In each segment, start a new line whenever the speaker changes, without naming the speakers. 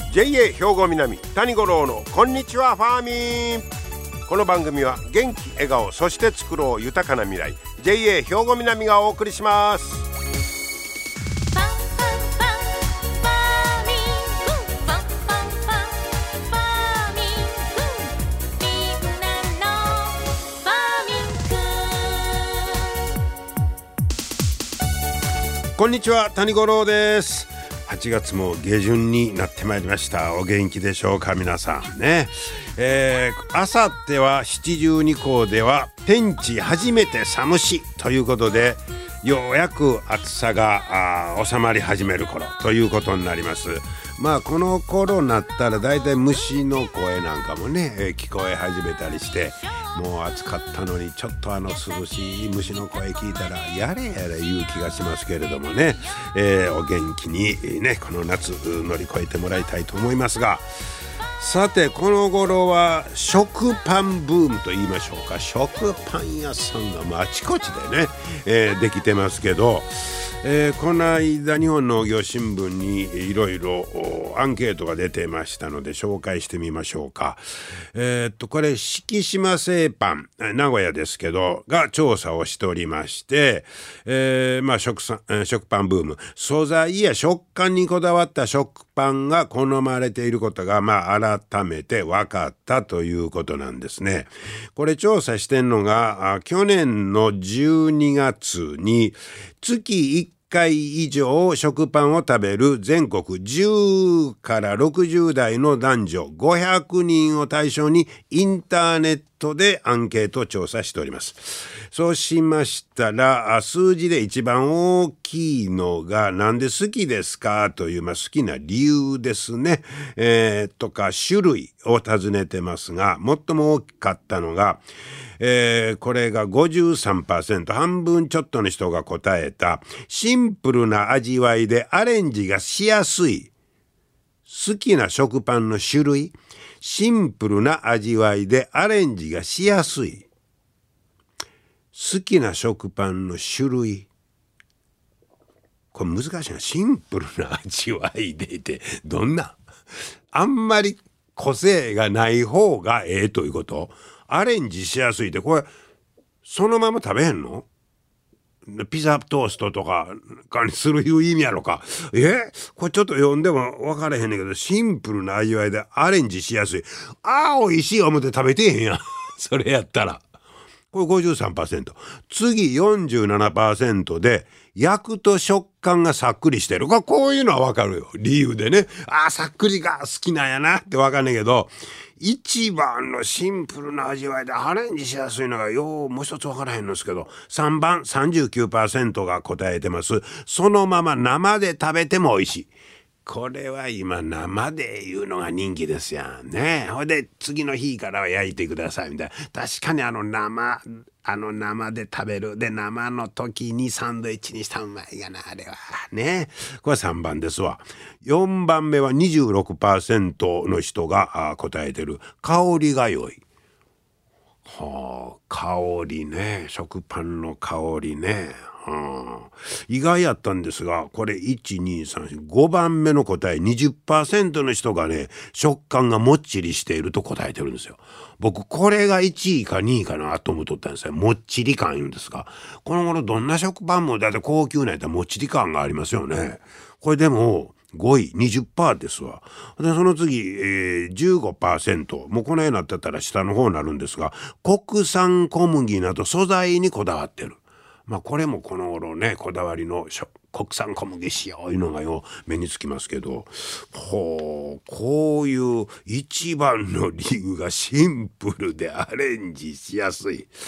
JA 兵庫南谷五郎のこんにちはファーミン。この番組は元気笑顔そして作ろう豊かな未来 JA 兵庫南がお送りします。こんにちは谷五郎です。8月も下旬になってまいりました。お元気でしょうか皆さんね。あさっては七十二候では天地初めて寒しということで、ようやく暑さが収まり始める頃ということになります。まあこの頃になったらだいたい虫の声なんかもね、聞こえ始めたりして、もう暑かったのにちょっと涼しい虫の声聞いたらやれやれ言う気がしますけれどもね、お元気にねこの夏乗り越えてもらいたいと思いますが、さてこの頃は食パンブームと言いましょうか。食パン屋さんがあちこちでね、できてますけど、この間日本農業新聞にいろいろアンケートが出てましたので紹介してみましょうか。これ敷島製パン名古屋ですけどが調査をしておりまして、食パンブーム、素材や食感にこだわった食パンが好まれていることが改めて分かったということなんですね。これ調査してんのが去年の12月に月1回以上食パンを食べる全国10から60代の男女500人を対象にインターネットでアンケート調査しております。そうしましたら数字で一番大きいのがなんで好きですかという、好きな理由ですね、とか種類を尋ねてますが、最も大きかったのがこれが 53%、 半分ちょっとの人が答えたシンプルな味わいでアレンジがしやすい好きな食パンの種類。シンプルな味わいでアレンジがしやすい好きな食パンの種類。これ難しいな。シンプルな味わいでってどんな、あんまり個性がない方がええということ。アレンジしやすいってこれそのまま食べへんの？ピザトーストとかにするいう意味やろか。これちょっと読んでも分からへんねんけど、シンプルな味わいでアレンジしやすい。美味しい思って食べてへんやんそれやったら。これ 53%。 次 47% で焼くと食感がさっくりしてる。こういうのは分かるよ、理由でね。さっくりが好きなんやなって分かんねんけど、一番のシンプルな味わいでアレンジしやすいのがもう一つ分からへんのですけど、3番 39% が答えてます。そのまま生で食べても美味しい。これは今生で言うのが人気ですやんね。ほいで次の日からは焼いてくださいみたいな。確かに生で食べるで、生の時にサンドイッチにしたらうまいがなあれはね。これは3番ですわ。4番目は 26% の人が答えてる香りが良い。香りね、食パンの香りね。意外やったんですが、これ1,2,3,4,5番目の答え 20% の人がね、食感がもっちりしていると答えてるんですよ。僕これが1位か2位かなと思っとったんですよ。もっちり感言うんですか。この頃どんな食パンもだって高級なやったらもっちり感がありますよね。これでも5位 20% ですわ。でその次、15%、もうこのようになってたら下の方になるんですが、国産小麦など素材にこだわってる。これもこの頃ね、こだわりの国産小麦使用いうのが目につきますけど、こういう一番の理由がシンプルでアレンジしやすい。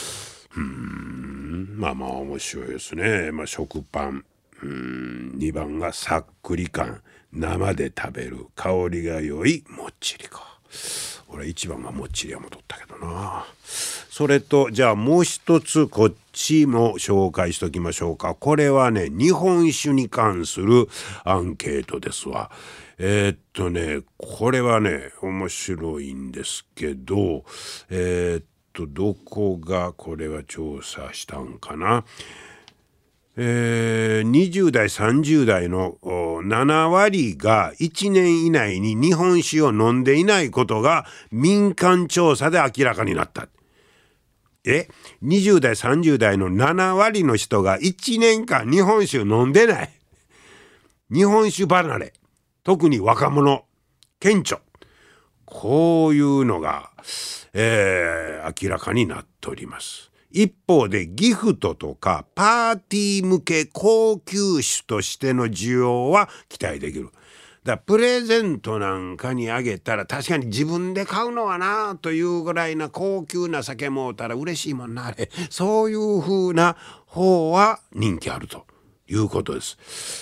面白いですね。食パン、2番がさっくり感、生で食べる、香りが良い、もっちりか。俺1番がもっちりは戻ったけどな。それとじゃあもう一つこっちも紹介しときましょうか。これはね、日本酒に関するアンケートですわ。これはね面白いんですけど、どこがこれは調査したんかな。20代30代の 7割が1年以内に日本酒を飲んでいないことが民間調査で明らかになった。20代30代の7割の人が1年間日本酒飲んでない。日本酒離れ、特に若者顕著、こういうのが、明らかになっております。一方でギフトとかパーティー向け高級酒としての需要は期待できる。だからプレゼントなんかにあげたら確かに自分で買うのはなというぐらいな高級な酒もうたら嬉しいもんな、あれ。そういう風な方は人気あるということです。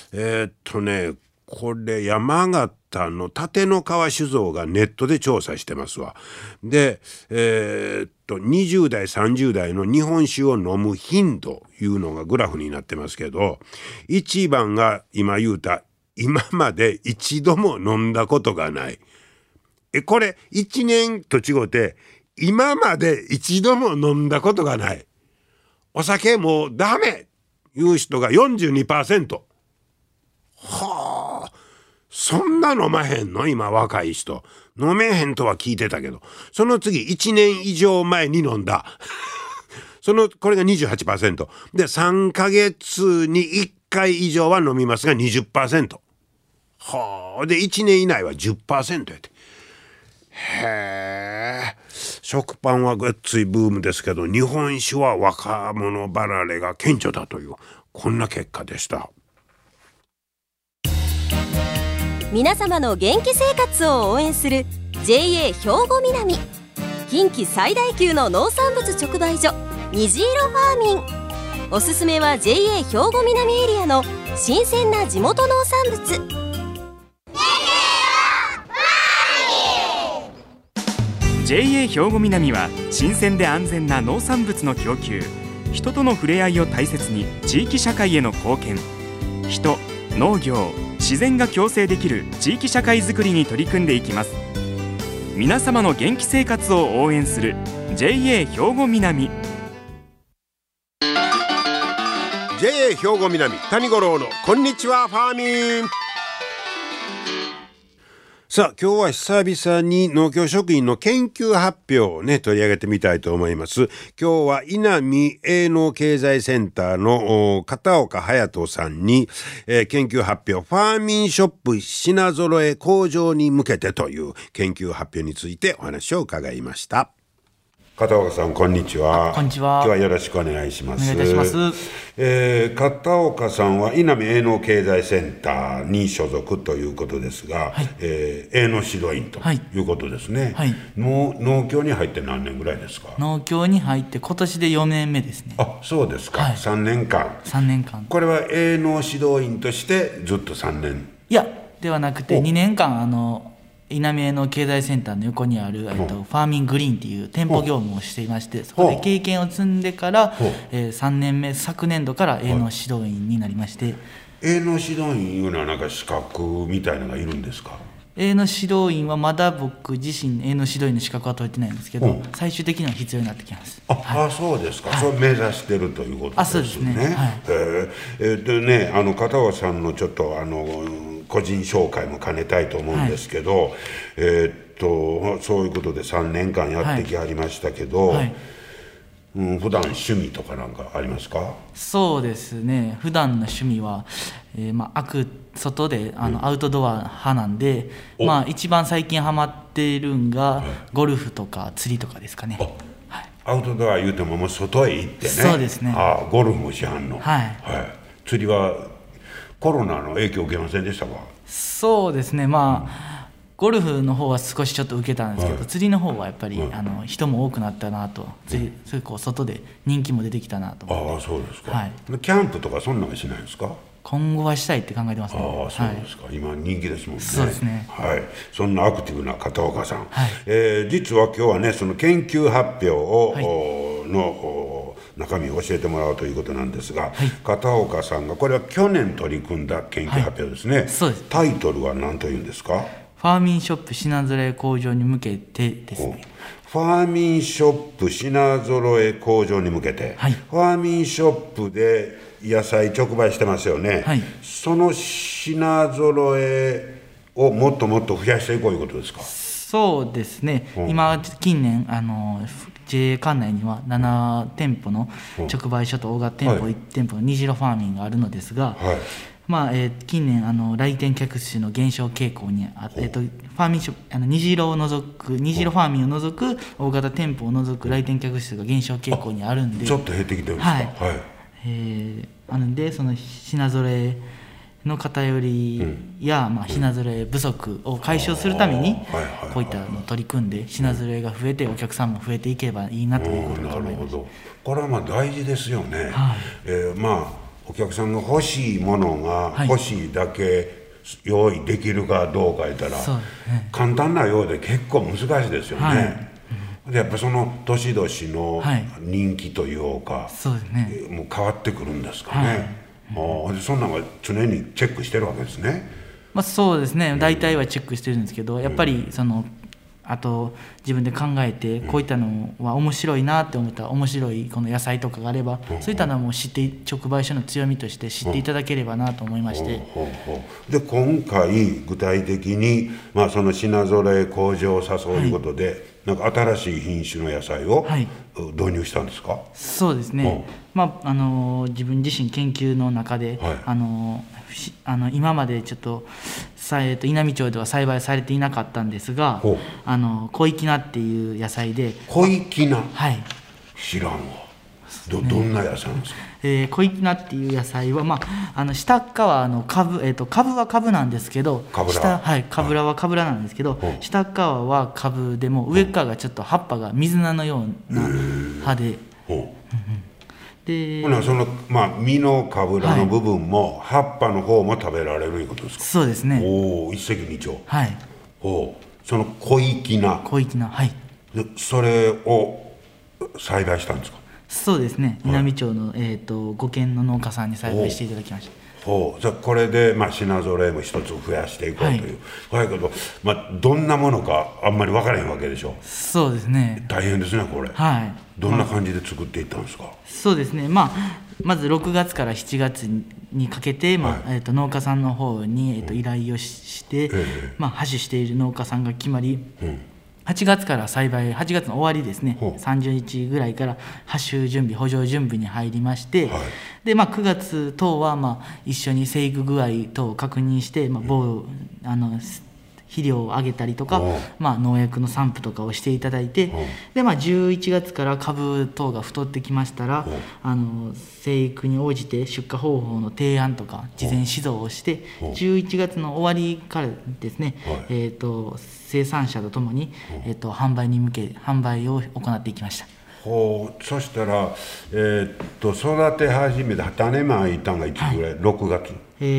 これ山形の立野川酒造がネットで調査してますわ。で、20代30代の日本酒を飲む頻度いうのがグラフになってますけど、1番が今言うた今まで一度も飲んだことがない。これ1年と違って今まで一度も飲んだことがない。お酒もうダメいう人が 42%。はあ、そんな飲まへんの今若い人。飲めへんとは聞いてたけど、その次1年以上前に飲んだこれが 28% で、3ヶ月に1回以上は飲みますが 20%。 はあ、で1年以内は 10% やて。へえ、食パンはごっついブームですけど、日本酒は若者離れが顕著だという、こんな結果でした。
皆様の元気生活を応援する JA 兵庫南、近畿最大級の農産物直売所虹色ファーミン。おすすめは JA 兵庫南エリアの新鮮な地元農産物。
JA 兵庫南は新鮮で安全な農産物の供給、人との触れ合いを大切に地域社会への貢献、人、農業、自然が共生できる地域社会づくりに取り組んでいきます。皆様の元気生活を応援する JA 兵庫南。
JA 兵庫南谷五郎のこんにちはファーミン。さあ今日は久々に農協職員の研究発表をね取り上げてみたいと思います。今日は稲見営農経済センターの片岡隼人さんに、研究発表ファーミンショップ品揃え向上に向けてという研究発表についてお話を伺いました。片岡さんこんにちは。
こんにちは。
今日はよろしくお願いします。
お願いいたします。
片岡さんは稲見営農経済センターに所属ということですが、はい、営農指導員ということですね。はい、農協に入って何年ぐらいですか？
農協に入って今年で4年目ですね。
あ、そうですか。はい、3年間。
3年間。
これは営農指導員としてずっと3年？
いやではなくて2年間稲見営農経済センターの横にある、ファーミングリーンっていう店舗業務をしていまして、そこで経験を積んでから、3年目昨年度から営農指導員になりまして。
営農指導員いうのはなんか資格みたいなのがいるんですか？
営農指導員はまだ僕自身営農指導員の資格は取れてないんですけど、最終的には必要になってきます。
あ、そうですか。それ目指してるということですね。
そうですね。
でね、片岡さんのちょっと個人紹介も兼ねたいと思うんですけど、そういうことで3年間やってきはりましたけど、普段趣味とかなんかありますか？
そうですね、普段の趣味は、外でアウトドア派なんで、一番最近ハマっているんが、ゴルフとか釣りとかですかね。
アウトドア言うてももう外へ行ってね。
そうですね。
ゴルフもしはんの。釣りはコロナの影響を受けませんでしたか？そうですね、
ゴルフの方は少しちょっと受けたんですけど、釣りの方はやっぱり、人も多くなったなと、結構外で人気も出てきたなと思って。
そうですか。キャンプとかそんなのしないんですか？
今後はしたいって考えてますね。
そうですか。今人気ですもんね。
そうですね。
そんなアクティブな片岡さん、実は今日はねその研究発表を、の中身を教えてもらおうということなんですが、片岡さんがこれは去年取り組んだ研究発表ですね。
そうです。
タイトルは何というんですか？
ファーミンショップ品揃え向上に向けてですね。
ファーミンショップ品揃え向上に向けて、ファーミンショップで野菜直売してますよね。その仕品揃えをもっともっと増やしていこういうことですか？
そうですね、今近年JA 管内には7店舗の直売所と大型店舗1店舗の虹色ファーミンがあるのですが、近年来店客数の減少傾向にファーミンショップ虹色ファーミンを除く大型店舗を除く来店客数が減少傾向にあるんで、
ちょっと減ってきてるんですか？
なのでその品揃えの偏りや、品揃え不足を解消するためにこういったのを取り組んで品揃えが増えてお客さんも増えていけばいいなということを考えました。
これは大事ですよね。お客さんが欲しいものが欲しいだけ用意できるかどうか言ったら、簡単なようで結構難しいですよね。でやっぱその年々の人気というか、もう変わってくるんですかね。そんなのが常にチェックしてるわけですね。
そうですね、大体はチェックしてるんですけど、やっぱりあと自分で考えてこういったのは面白いなって思ったら面白いこの野菜とかがあれば、そういったのはもう直売所の強みとして知っていただければなと思いまして、
で今回具体的に、その品揃え向上を誘うということで、なんか新しい品種の野菜を導入したんですか？
そうですね、自分自身研究の中で、今までちょっと稲美町では栽培されていなかったんですが、小粋菜っていう野菜で。
小粋菜？知らんわ。どんな野菜なんですか？
小粋菜っていう野菜は、下側の株は株なんですけど、株らは株らなんですけど、下側は株でも上側がちょっと葉っぱが水菜のような葉で、
その実の株らの部分も、葉っぱの方も食べられるいうことですか？
そうですね。
一石二鳥。その小粋菜。でそれを栽培したんですか？
そうですね、稲美町の5軒の農家さんに栽培していただきました。
じゃあこれで品揃えも一つ増やしていこうという。だけど、どんなものかあんまり分からへんわけでしょ。
そうですね。
大変ですねこれ。どんな感じで作っていったんですか？
そうですね、まず6月から7月にかけて、農家さんの方に、依頼をして、播種している農家さんが決まり、8月から栽培、8月の終わりですね、30日ぐらいから播種準備補助準備に入りまして、で9月等は一緒に生育具合等を確認して、肥料を上げたりとか、農薬の散布とかをしていただいて、で11月から株等が太ってきましたら、生育に応じて出荷方法の提案とか事前指導をして、11月の終わりからですね、生産者とともに、販売を行っていきました。
そしたら、育て始めて種まいたんがいつぐらい、6月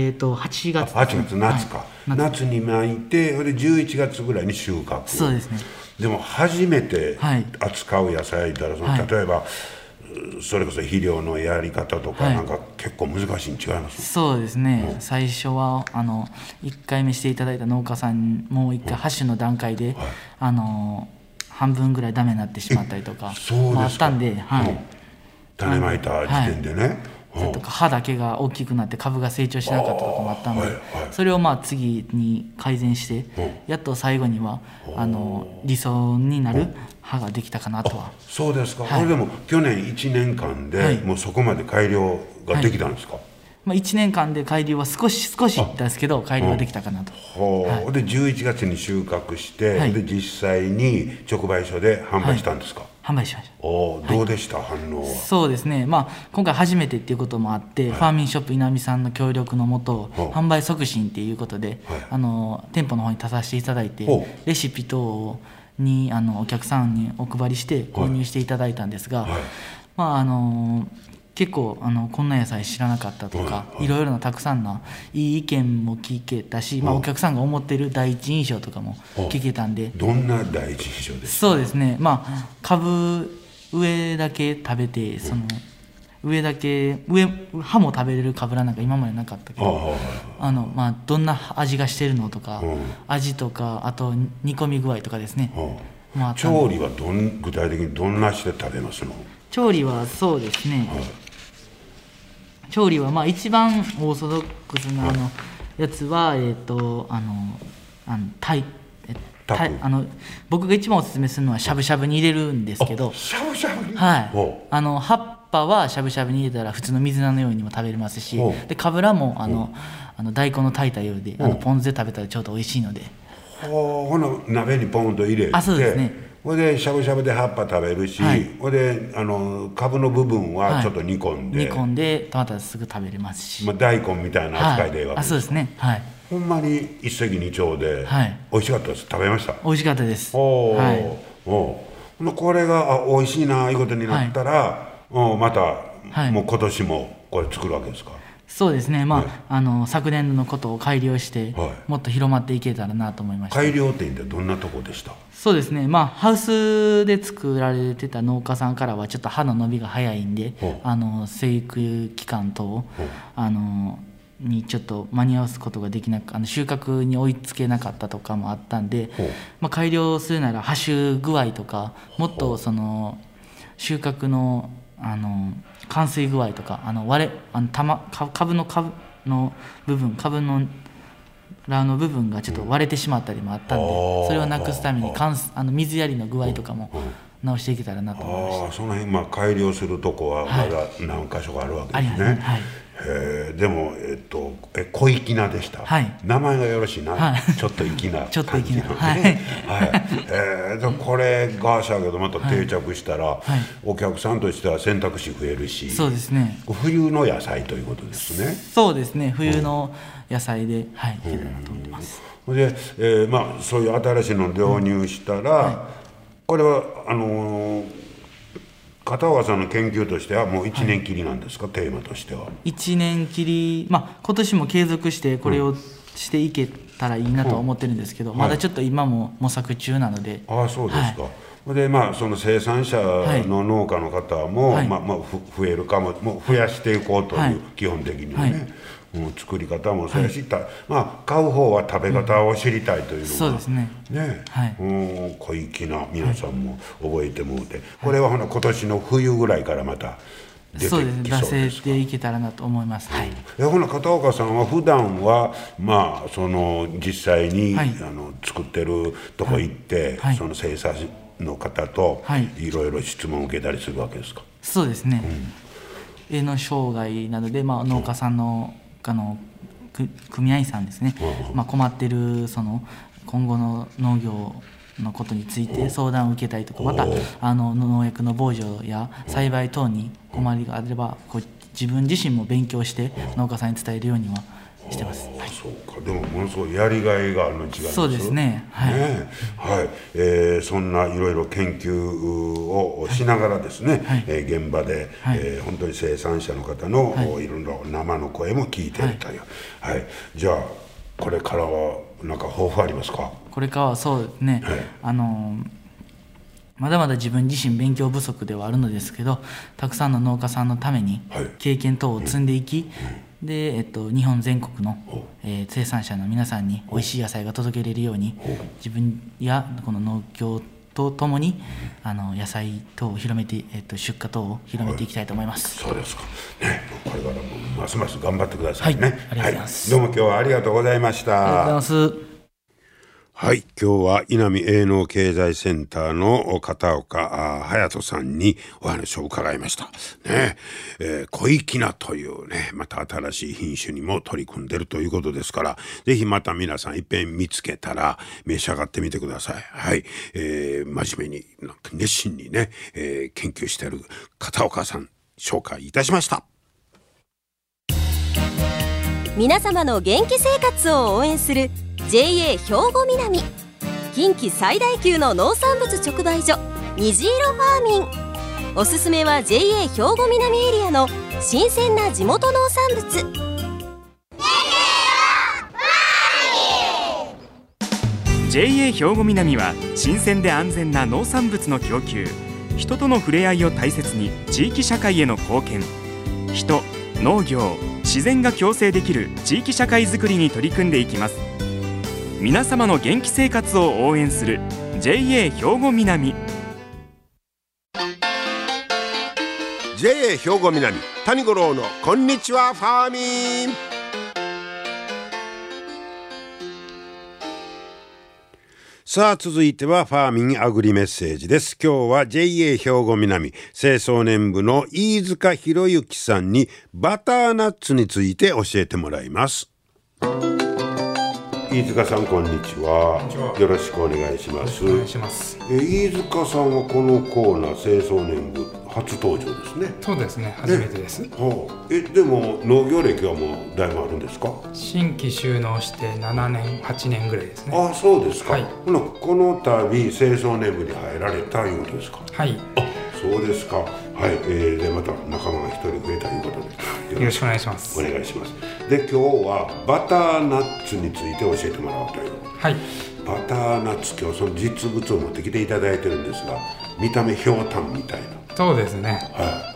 8月、
夏か、夏にまいて、で11月ぐらいに収穫。
そうですね。
でも初めて扱う野菜だら、例えばそれこそ肥料のやり方とかなんか結構難しいに違います？
そうですね、最初は1回目していただいた農家さんも1回播種の段階で、半分ぐらいダメになってしまったりとかあったんで、
種まいた時点でね、
とか葉だけが大きくなって株が成長しなかったところもあったので、それを次に改善して、やっと最後には理想になる葉ができたかなとは。
そうですか。これでも去年1年間でもうそこまで改良ができたんですか
？1年間で改良は少しですけど改良はできたかなと。
で11月に収穫して、で実際に直売所で販売したんですか？
販売しました。
どうでした、反応は？
そうですね、今回初めてっていうこともあって、ファーミンショップ稲美さんの協力のもと、販売促進っていうことで、店舗の方に立たせていただいて、レシピ等にお客さんにお配りして購入していただいたんですが、結構こんな野菜知らなかったとか、いろいろなたくさんないい意見も聞けたし、お客さんが思っている第一印象とかも聞けたんで。
どんな第一印象ですか？
そうですね、株上だけ食べて、葉も食べれる株らなんか今までなかったけど、どんな味がしてるのとか、味とか、あと煮込み具合とかですね。
調理は具体的にどんなして食べますの？
調理はそうですね、調理は一番オーソドックスなやつは僕が一番おすすめするのはしゃぶしゃぶに入れるんですけど、
しゃぶしゃぶに、
はい、葉っぱはしゃぶしゃぶに入れたら普通の水菜のようにも食べれますし、でかぶらも大根の炊いたようでポン酢で食べたらちょうど美味しいので、
ほな鍋にポンと入れて、
そうですね、
ほいでしゃぶしゃぶで葉っぱ食べるし、ほいでかぶの部分はちょっと煮込んで、
煮込んでまたすぐ食べれますし、
大根みたいな扱いでわけです。
そうですね、はい、
ほんまに一石二鳥で、美味しかったです。食べました。
美味しかったです。
これが美味しいないうことになったら、また、もう今年もこれ作るわけですか。
そうですね、昨年のことを改良して、もっと広まっていけたらなと思いました。
改良ってどんなとこでした？
そうですね、ハウスで作られてた農家さんからはちょっと葉の伸びが早いんで、生育期間等にちょっと間に合わすことができなく、収穫に追いつけなかったとかもあったんで、改良するなら葉臭具合とか、もっと収穫の冠水具合とか、株の部分、株のラの部分がちょっと割れてしまったりもあったんで、それをなくすために水やりの具合とかも直していけたらなと思いました。
その辺改良するとこはまだ何箇所かあるわけですね。でも小粋なでした、名前がよろしいな、ちょっと粋な感じのね。これがしゃけどまた定着したら、お客さんとしては選択肢増えるし、
そうですね、
冬の野菜ということですね。
そうですね、冬の野菜で、いけたらと思います。
で、そういう新しいのを導入したら、これは片岡さんの研究としてはもう1年きりなんですか、テーマとしては。
1年きり、今年も継続してこれをしていけたらいいなとは思ってるんですけど、まだちょっと今も模索中なので。
そうですか。でその生産者の農家の方も、増えるかも、増やしていこうという、基本的にはね、作り方もそうやし、買う方は食べ方を知りたいというのが、
そうですね、
小粋な皆さんも覚えてもうて、これは今年の冬ぐらいからまた出てきそうですか？
出せていけたらなと思います。
ほな片岡さんは普段は実際に、作ってるとこ行って、その生産の方といろいろ質問を受けたりするわけですか？
そうですね、営農障害などで、農家さんの組合員さんですね、困ってる今後の農業のことについて相談を受けたりとか、また農薬の防除や栽培等に困りがあれば自分自身も勉強して農家さんに伝えるようにはしてます。
そうか、でもものすごいやりがいがあるの違います。
そうですね、
そんないろいろ研究をしながらですね、現場で、本当に生産者の方のいろいろ生の声も聞いているという、じゃあこれからは何か抱負ありますか？
これからはそうですね、まだまだ自分自身勉強不足ではあるのですけど、たくさんの農家さんのために経験等を積んでいき、で日本全国の、生産者の皆さんに美味しい野菜が届けられるように、自分やこの農協とともに野菜等を広めて、出荷等を広めていきたいと思います。
そうですかね。これからもますます頑張ってくださいね。
ありがとうございます。
どうも今日はありがとうございました。
ありがとうございます。
今日は稲見営農経済センターの片岡隼人さんにお話を伺いましたね。小粋なというね、また新しい品種にも取り組んでるということですから、ぜひまた皆さんいっぺん見つけたら召し上がってみてください。真面目に熱心にね、研究している片岡さん紹介いたしました。
皆様の元気生活を応援するJA 兵庫南、近畿最大級の農産物直売所虹色ファーミン。おすすめは JA 兵庫南エリアの新鮮な地元農産物。
JA 兵庫南は新鮮で安全な農産物の供給、人との触れ合いを大切に地域社会への貢献、人、農業、自然が共生できる地域社会づくりに取り組んでいきます。皆様の元気生活を応援する JA 兵庫南。
JA 兵庫南谷五郎のこんにちはファーミン。 さあ続いてはファーミンアグリメッセージです。今日は JA 兵庫南青少年部の飯塚博之さんにバターナッツについて教えてもらいます。飯塚さんこんにちは。よろしくお願いします。
お願いします。
飯塚さんはこのコーナー青少年部初登場ですね。
そうですね、初めてです。
でも農業歴はもうだいぶあるんですか？
新規就農して7年8年ぐらいですね。
あ、そうですか。
はい、
この度青少年部に入られたいうことですか？
はい。
そうですか。はい。でまた仲間が一人増えたいうことで
よろしくお願いします。
お願いします。で今日はバターナッツについて教えてもらおうという。
はい。
バターナッツ、今日その実物を持ってきていただいてるんですが、見た目ひょうたんみたいな。
そうですね。
はい。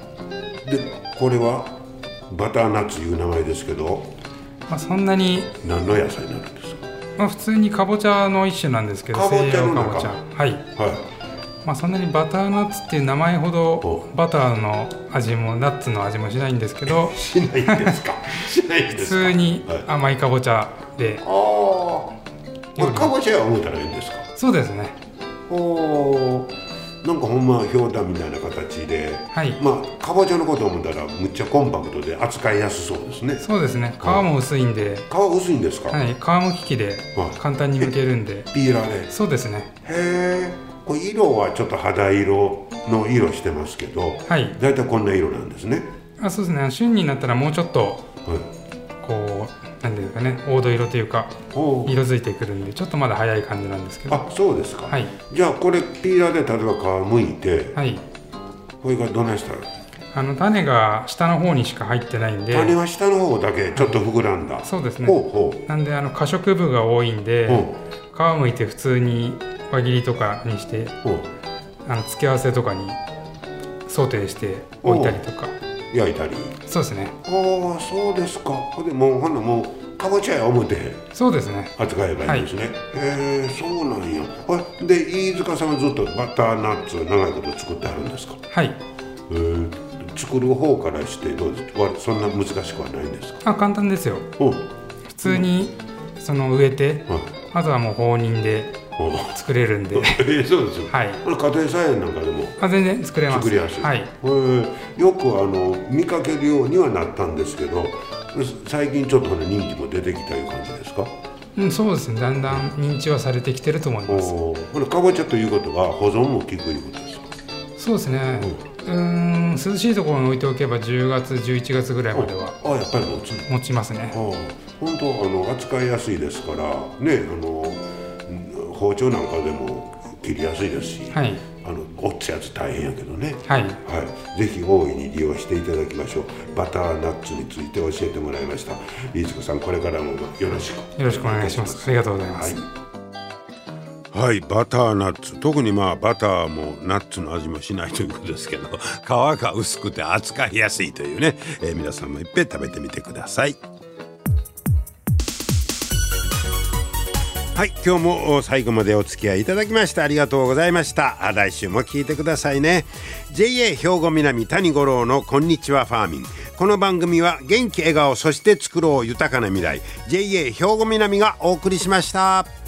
でこれはバターナッツいう名前ですけど、
そんなに
何の野菜になるんですか？
普通にかぼちゃの一種なんですけど、
かぼちゃの中、
西洋かぼちゃ。はい。
はい。
そんなにバターナッツっていう名前ほどバターの味もナッツの味もしないんですけど
しないんですか？しないんですか？
普通に甘いかぼちゃで、
かぼちゃは思ったらいいんですか？
そうですね。
なんかほんまひょうたんみたいな形で、
はい。
かぼちゃのことを思ったらむっちゃコンパクトで扱いやすそうですね。
そうですね。皮も薄いんで。
皮薄いんですか？
はい。皮むき器で簡単に剥けるんで。
ピーラーで。
そうですね。
へえ。これ色はちょっと肌色の色してますけど、
はい。
だいたいこんな色なんですね。
そうですね。旬になったらもうちょっと、こうなんていうかね、黄土色というか色づいてくるんで、ちょっとまだ早い感じなんですけど。
あ、そうですか。
はい。
じゃあこれピーラーで例えば皮むいて、
はい。
これがどないしたら？
種が下の方にしか入ってないんで。
種は下の方だけちょっと膨らんだ。
そうですね。なんで可食部が多いんで、皮むいて普通に輪切りとかにして、付け合わせとかにソテーして置いたりとか
焼いたり。
そうですね。
そうですか。でもうかぼちゃや思って
そうですね、
扱えばいいんですね。そうなんや。で飯塚さんはずっとバターナッツを長いこと作ってあるんですか？
はい。
作る方からしてどうですか？そんな難しくはないんですか？
簡単ですよ。普通に植えて、あとはもう放任で作れるんで。
そうですよ。
はい。
家庭菜園なんかでも
全然作れます。
作りやすい。
はい。
よく見かけるようにはなったんですけど、最近ちょっと人気も出てきたいう感じですか？
そうですね。だんだん認知はされてきてると思います。
かぼちゃということは保存も効くいうことですか？そうです
ね。涼しいところに置いておけば10月11月ぐらいまでは
やっぱり
持ちますね。
本当扱いやすいですからね。包丁なんかでも切りやすいですし、折ったやつ大変やけどね。ぜひ大いに利用していただきましょう。バターナッツについて教えてもらいました。飯塚さん、これからもよろしく
お願いします。ありがとうございます。
はい、バターナッツ、特にバターもナッツの味もしないということですけど、皮が薄くて扱いやすいというね、皆さんもいっぺん食べてみてください。はい、今日も最後までお付き合いいただきましてありがとうございました。来週も聞いてくださいね。 JA 兵庫南谷五郎のこんにちはファーミン。この番組は元気笑顔そして作ろう豊かな未来 JA 兵庫南がお送りしました。